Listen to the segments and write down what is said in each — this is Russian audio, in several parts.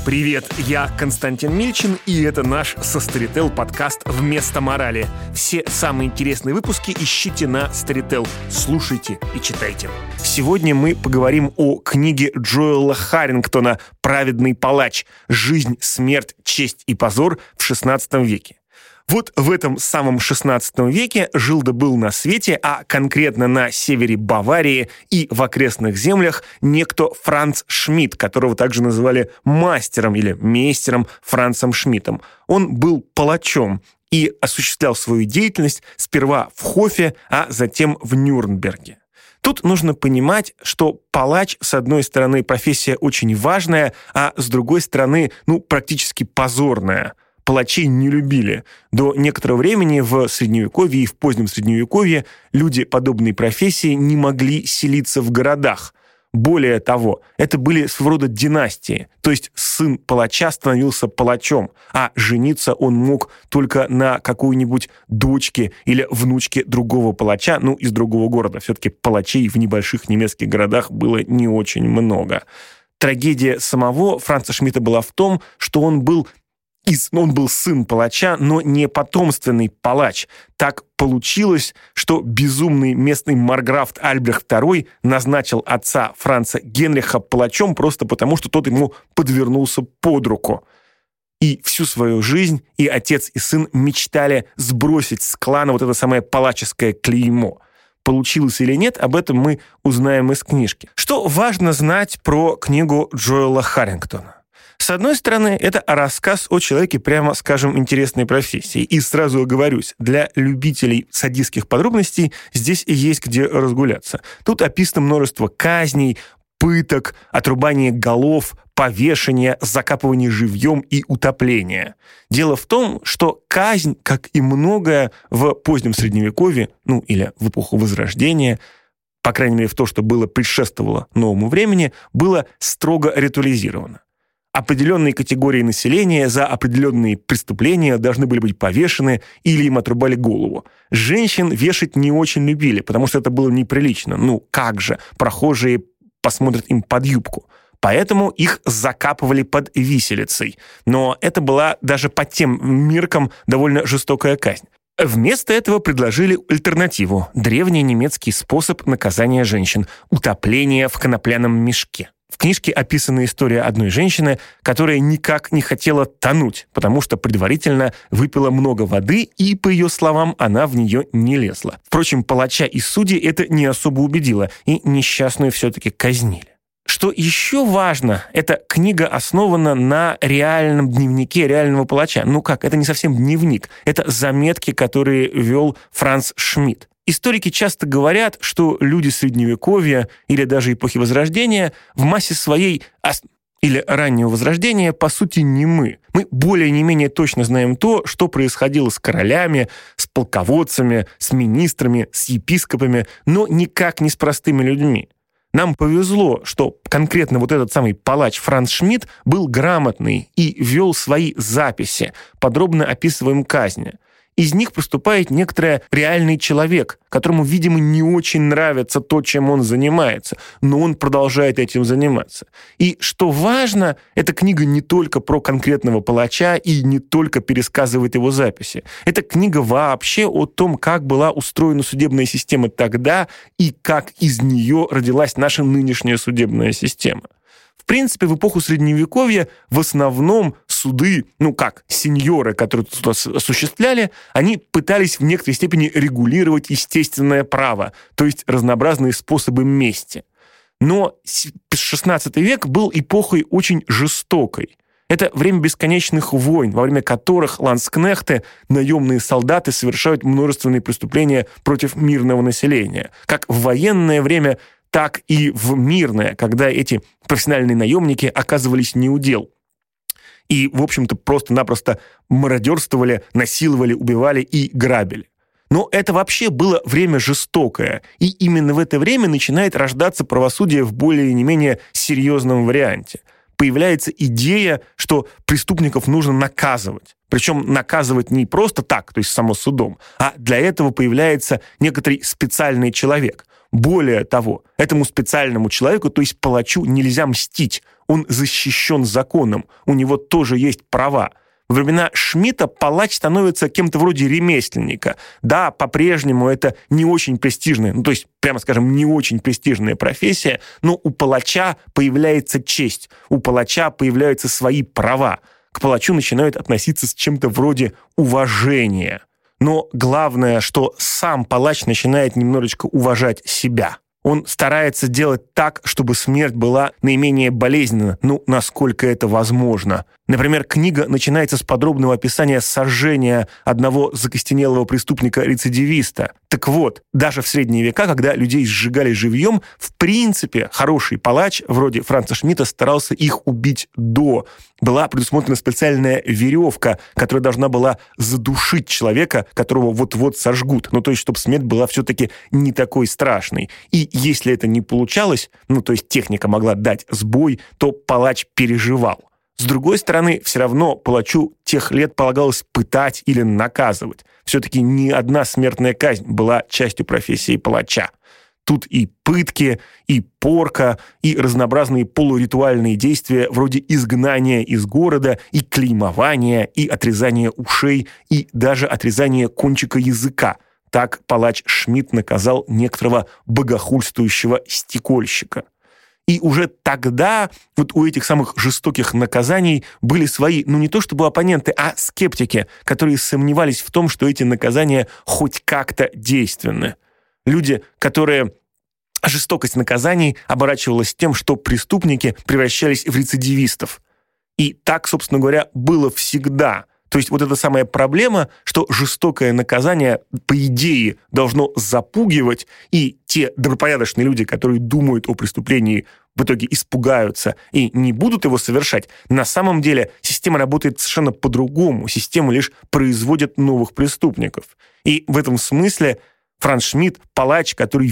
Привет, я Константин Мильчин, и это наш со Storytel подкаст «Вместо морали». Все самые интересные выпуски ищите на Storytel. Слушайте и читайте. Сегодня мы поговорим о книге Джоэла Харрингтона «Праведный палач. Жизнь, смерть, честь и позор в XVI веке». Вот в этом самом XVI веке жил да был на свете, а конкретно на севере Баварии и в окрестных землях, некто Франц Шмидт, которого также называли мастером или мейстером Францем Шмидтом. Он был палачом и осуществлял свою деятельность сперва в Хофе, а затем в Нюрнберге. Тут нужно понимать, что палач, с одной стороны, профессия очень важная, а с другой стороны, практически позорная. Палачей не любили. До некоторого времени в Средневековье и в позднем Средневековье люди подобной профессии не могли селиться в городах. Более того, это были своего рода династии, то есть сын палача становился палачом, а жениться он мог только на какой-нибудь дочке или внучке другого палача, из другого города. Все-таки палачей в небольших немецких городах было не очень много. Трагедия самого Франца Шмидта была в том, что он был сын палача, но не потомственный палач. Так получилось, что безумный местный марграф Альбрехт II назначил отца Франца Генриха палачом просто потому, что тот ему подвернулся под руку. И всю свою жизнь и отец, и сын мечтали сбросить с клана вот это самое палаческое клеймо. Получилось или нет, об этом мы узнаем из книжки. Что важно знать про книгу Джоэла Харрингтона? С одной стороны, это рассказ о человеке, прямо скажем, интересной профессии. И сразу оговорюсь, для любителей садистских подробностей здесь и есть где разгуляться. Тут описано множество казней, пыток, отрубания голов, повешения, закапывания живьем и утопления. Дело в том, что казнь, как и многое в позднем Средневековье, или в эпоху Возрождения, по крайней мере, в то, что предшествовало новому времени, было строго ритуализировано. Определенные категории населения за определенные преступления должны были быть повешены или им отрубали голову. Женщин вешать не очень любили, потому что это было неприлично. Как же, прохожие посмотрят им под юбку. Поэтому их закапывали под виселицей. Но это была даже по тем меркам довольно жестокая казнь. Вместо этого предложили альтернативу – древний немецкий способ наказания женщин – утопление в конопляном мешке. В книжке описана история одной женщины, которая никак не хотела тонуть, потому что предварительно выпила много воды, и, по ее словам, она в нее не лезла. Впрочем, палача и судей это не особо убедило, и несчастную все-таки казнили. Что еще важно, эта книга основана на реальном дневнике реального палача. Это не совсем дневник, это заметки, которые вел Франц Шмидт. Историки часто говорят, что люди Средневековья или даже эпохи Возрождения в массе своей или раннего Возрождения, по сути, не мы. Мы более не менее точно знаем то, что происходило с королями, с полководцами, с министрами, с епископами, но никак не с простыми людьми. Нам повезло, что конкретно вот этот самый палач Франц Шмидт был грамотный и вел свои записи, подробно описываем казни. Из них поступает некоторый реальный человек, которому, видимо, не очень нравится то, чем он занимается, но он продолжает этим заниматься. И, что важно, эта книга не только про конкретного палача и не только пересказывает его записи. Эта книга вообще о том, как была устроена судебная система тогда и как из нее родилась наша нынешняя судебная система. В принципе, в эпоху Средневековья в основном суды, сеньоры, которые тут осуществляли, они пытались в некоторой степени регулировать естественное право, то есть разнообразные способы мести. Но XVI век был эпохой очень жестокой. Это время бесконечных войн, во время которых ландскнехты, наемные солдаты, совершают множественные преступления против мирного населения. Как в военное время, так и в мирное, когда эти профессиональные наемники оказывались неудел. И, в общем-то, просто-напросто мародерствовали, насиловали, убивали и грабили. Но это вообще было время жестокое, и именно в это время начинает рождаться правосудие в более не менее серьезном варианте. Появляется идея, что преступников нужно наказывать. Причем наказывать не просто так, то есть само судом, а для этого появляется некоторый специальный человек. Более того, этому специальному человеку, то есть палачу, нельзя мстить. он защищен законом, у него тоже есть права. Во времена Шмидта палач становится кем-то вроде ремесленника. Да, по-прежнему это не очень престижная, то есть, прямо скажем, не очень престижная профессия, но у палача появляется честь, у палача появляются свои права. К палачу начинают относиться с чем-то вроде уважения. Но главное, что сам палач начинает немножечко уважать себя. Он старается делать так, чтобы смерть была наименее болезненна, насколько это возможно. Например, книга начинается с подробного описания сожжения одного закостенелого преступника-рецидивиста. Так вот, даже в средние века, когда людей сжигали живьем, в принципе, хороший палач, вроде Франца Шмидта, старался их убить до. Была предусмотрена специальная веревка, которая должна была задушить человека, которого вот-вот сожгут. То есть, чтобы смерть была все-таки не такой страшной. И если это не получалось, то есть техника могла дать сбой, то палач переживал. С другой стороны, все равно палачу тех лет полагалось пытать или наказывать. Все-таки ни одна смертная казнь была частью профессии палача. Тут и пытки, и порка, и разнообразные полуритуальные действия вроде изгнания из города, и клеймования, и отрезания ушей, и даже отрезания кончика языка. Так палач Шмидт наказал некоторого богохульствующего стекольщика. И уже тогда у этих самых жестоких наказаний были свои, не то чтобы оппоненты, а скептики, которые сомневались в том, что эти наказания хоть как-то действенны. Люди, которые... Жестокость наказаний оборачивалась тем, что преступники превращались в рецидивистов. И так, собственно говоря, было всегда. То есть эта самая проблема, что жестокое наказание, по идее, должно запугивать, и те добропорядочные люди, которые думают о преступлении, в итоге испугаются и не будут его совершать. На самом деле система работает совершенно по-другому. Система лишь производит новых преступников. И в этом смысле Франц Шмидт, палач, который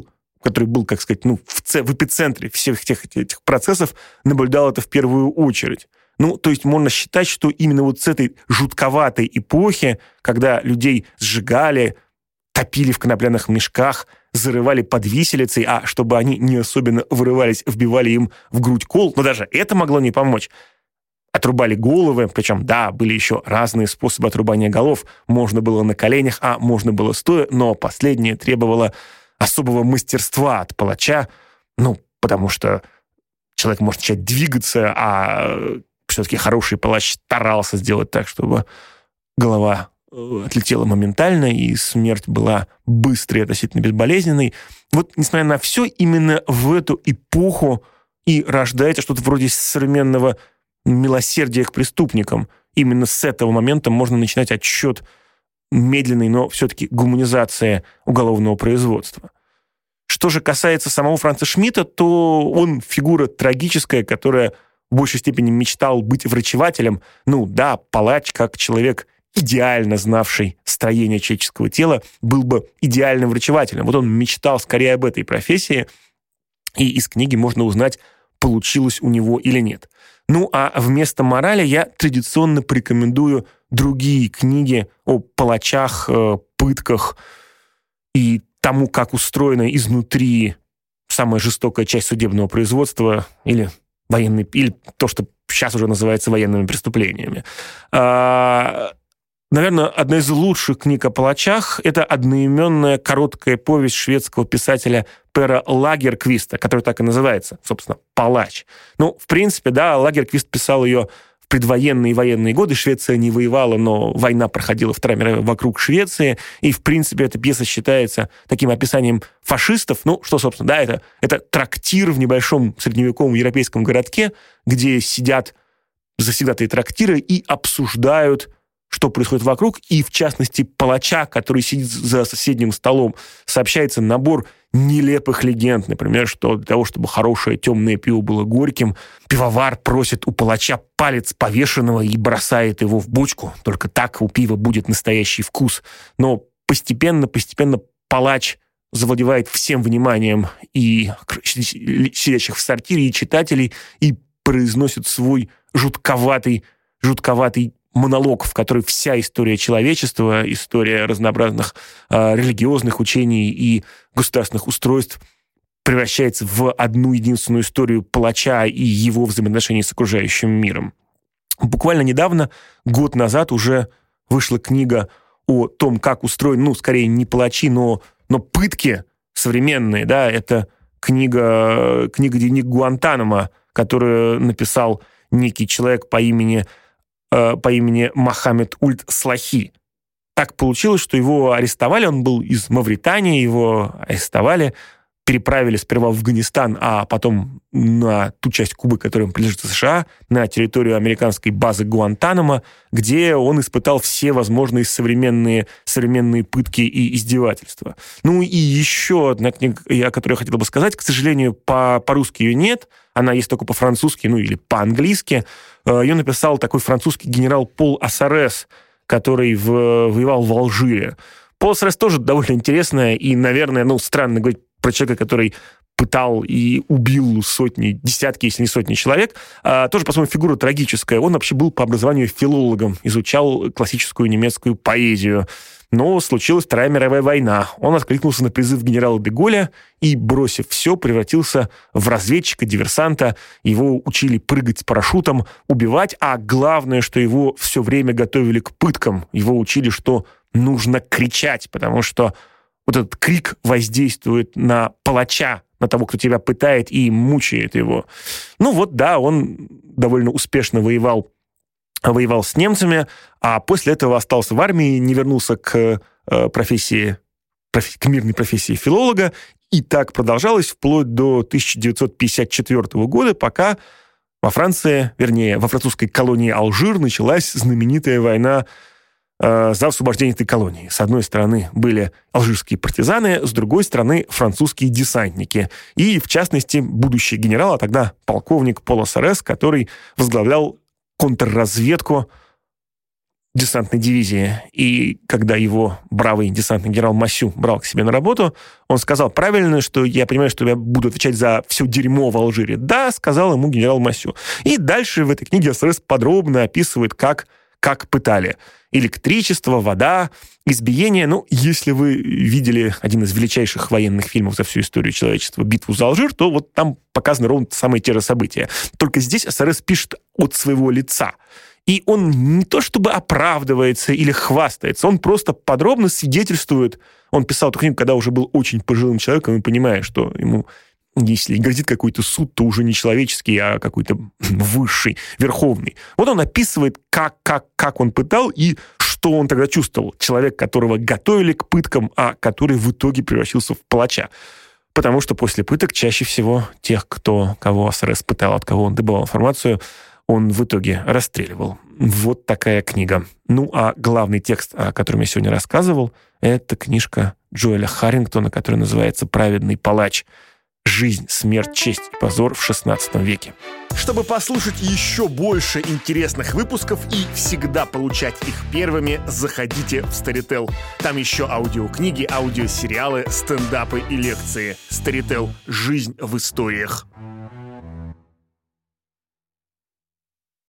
был, как сказать, в эпицентре всех этих процессов, наблюдал это в первую очередь. То есть можно считать, что именно с этой жутковатой эпохи, когда людей сжигали, топили в конопляных мешках, зарывали под виселицей, а чтобы они не особенно вырывались, вбивали им в грудь кол, но даже это могло не помочь. Отрубали головы, причем, да, были еще разные способы отрубания голов. Можно было на коленях, а можно было стоя, но последнее требовало особого мастерства от палача, потому что человек может начать двигаться, а все-таки хороший палач старался сделать так, чтобы голова отлетела моментально, и смерть была быстрой и относительно безболезненной. Несмотря на все, именно в эту эпоху и рождается что-то вроде современного милосердия к преступникам. Именно с этого момента можно начинать отсчет медленной, но все-таки гуманизации уголовного производства. Что же касается самого Франца Шмидта, то он фигура трагическая, которая в большей степени мечтал быть врачевателем. Да, палач, как человек, идеально знавший строение человеческого тела, был бы идеальным врачевателем. Он мечтал скорее об этой профессии, и из книги можно узнать, получилось у него или нет. А вместо морали я традиционно порекомендую другие книги о палачах, пытках и тому, как устроена изнутри самая жестокая часть судебного производства или то, что сейчас уже называется военными преступлениями. Наверное, одна из лучших книг о палачах — это одноименная короткая повесть шведского писателя Пера Лагерквиста, которая так и называется, собственно, «Палач». В принципе, да, Лагерквист писал ее в предвоенные и военные годы. Швеция не воевала, но война проходила Вторая мировая вокруг Швеции, и, в принципе, эта пьеса считается таким описанием фашистов. Что, собственно, да, это трактир в небольшом средневековом европейском городке, где сидят завсегдатаи трактира и обсуждают, что происходит вокруг, и, в частности, палача, который сидит за соседним столом. Сообщается набор нелепых легенд, например, что для того, чтобы хорошее темное пиво было горьким, пивовар просит у палача палец повешенного и бросает его в бочку. Только так у пива будет настоящий вкус. Но постепенно палач завладевает всем вниманием и сидящих в сортире, и читателей, и произносит свой жутковатый монолог, в который вся история человечества, история разнообразных религиозных учений и государственных устройств превращается в одну единственную историю палача и его взаимоотношений с окружающим миром. Буквально недавно, год назад, уже вышла книга о том, как устроены, скорее не палачи, но пытки современные, да, это книга-дневник Гуантанамо, которую написал некий человек по имени Мохаммед Ульт-Слахи. Так получилось, что его арестовали, он был из Мавритании, его арестовали, переправили сперва в Афганистан, а потом на ту часть Кубы, которая принадлежит США, на территорию американской базы Гуантанамо, где он испытал все возможные современные пытки и издевательства. И еще одна книга, о которой я хотел бы сказать, к сожалению, по-русски ее нет, она есть только по-французски, или по-английски. Ее написал такой французский генерал Пол Ассарес, который воевал в Алжире. Пол Ассарес тоже довольно интересная и, наверное, странно говорить про человека, который пытал и убил десятки, если не сотни человек. Тоже, по-своему, фигура трагическая. Он вообще был по образованию филологом, изучал классическую немецкую поэзию. Но случилась Вторая мировая война. Он откликнулся на призыв генерала де Голля и, бросив все, превратился в разведчика, диверсанта. Его учили прыгать с парашютом, убивать, а главное, что его все время готовили к пыткам. Его учили, что нужно кричать, потому что вот этот крик воздействует на палача, на того, кто тебя пытает и мучает его. Он довольно успешно воевал с немцами, а после этого остался в армии, не вернулся к мирной профессии филолога, и так продолжалось вплоть до 1954 года, пока во французской колонии Алжир началась знаменитая война за освобождение этой колонии. С одной стороны были алжирские партизаны, с другой стороны французские десантники. И, в частности, будущий генерал, а тогда полковник Пол Ассарес, который возглавлял контрразведку десантной дивизии. И когда его бравый десантный генерал Массю брал к себе на работу, он сказал: правильно, что я понимаю, что я буду отвечать за все дерьмо в Алжире. Да, сказал ему генерал Массю. И дальше в этой книге Ассарес подробно описывает, как пытали. Электричество, вода, избиение. Если вы видели один из величайших военных фильмов за всю историю человечества «Битву за Алжир», то вот там показаны ровно самые те же события. Только здесь Ассарес пишет от своего лица. И он не то чтобы оправдывается или хвастается, он просто подробно свидетельствует. Он писал эту книгу, когда уже был очень пожилым человеком, и понимая, что ему, если грозит какой-то суд, то уже не человеческий, а какой-то высший, верховный. Вот он описывает, как он пытал и что он тогда чувствовал. Человек, которого готовили к пыткам, а который в итоге превратился в палача. Потому что после пыток чаще всего тех, кого Ассарес пытал, от кого он добывал информацию, он в итоге расстреливал. Вот такая книга. А главный текст, о котором я сегодня рассказывал, это книжка Джоэля Харрингтона, которая называется «Праведный палач. Жизнь, смерть, честь и позор в XVI веке». Чтобы послушать еще больше интересных выпусков и всегда получать их первыми, заходите в Storytel. Там еще аудиокниги, аудиосериалы, стендапы и лекции. Storytel. Жизнь в историях.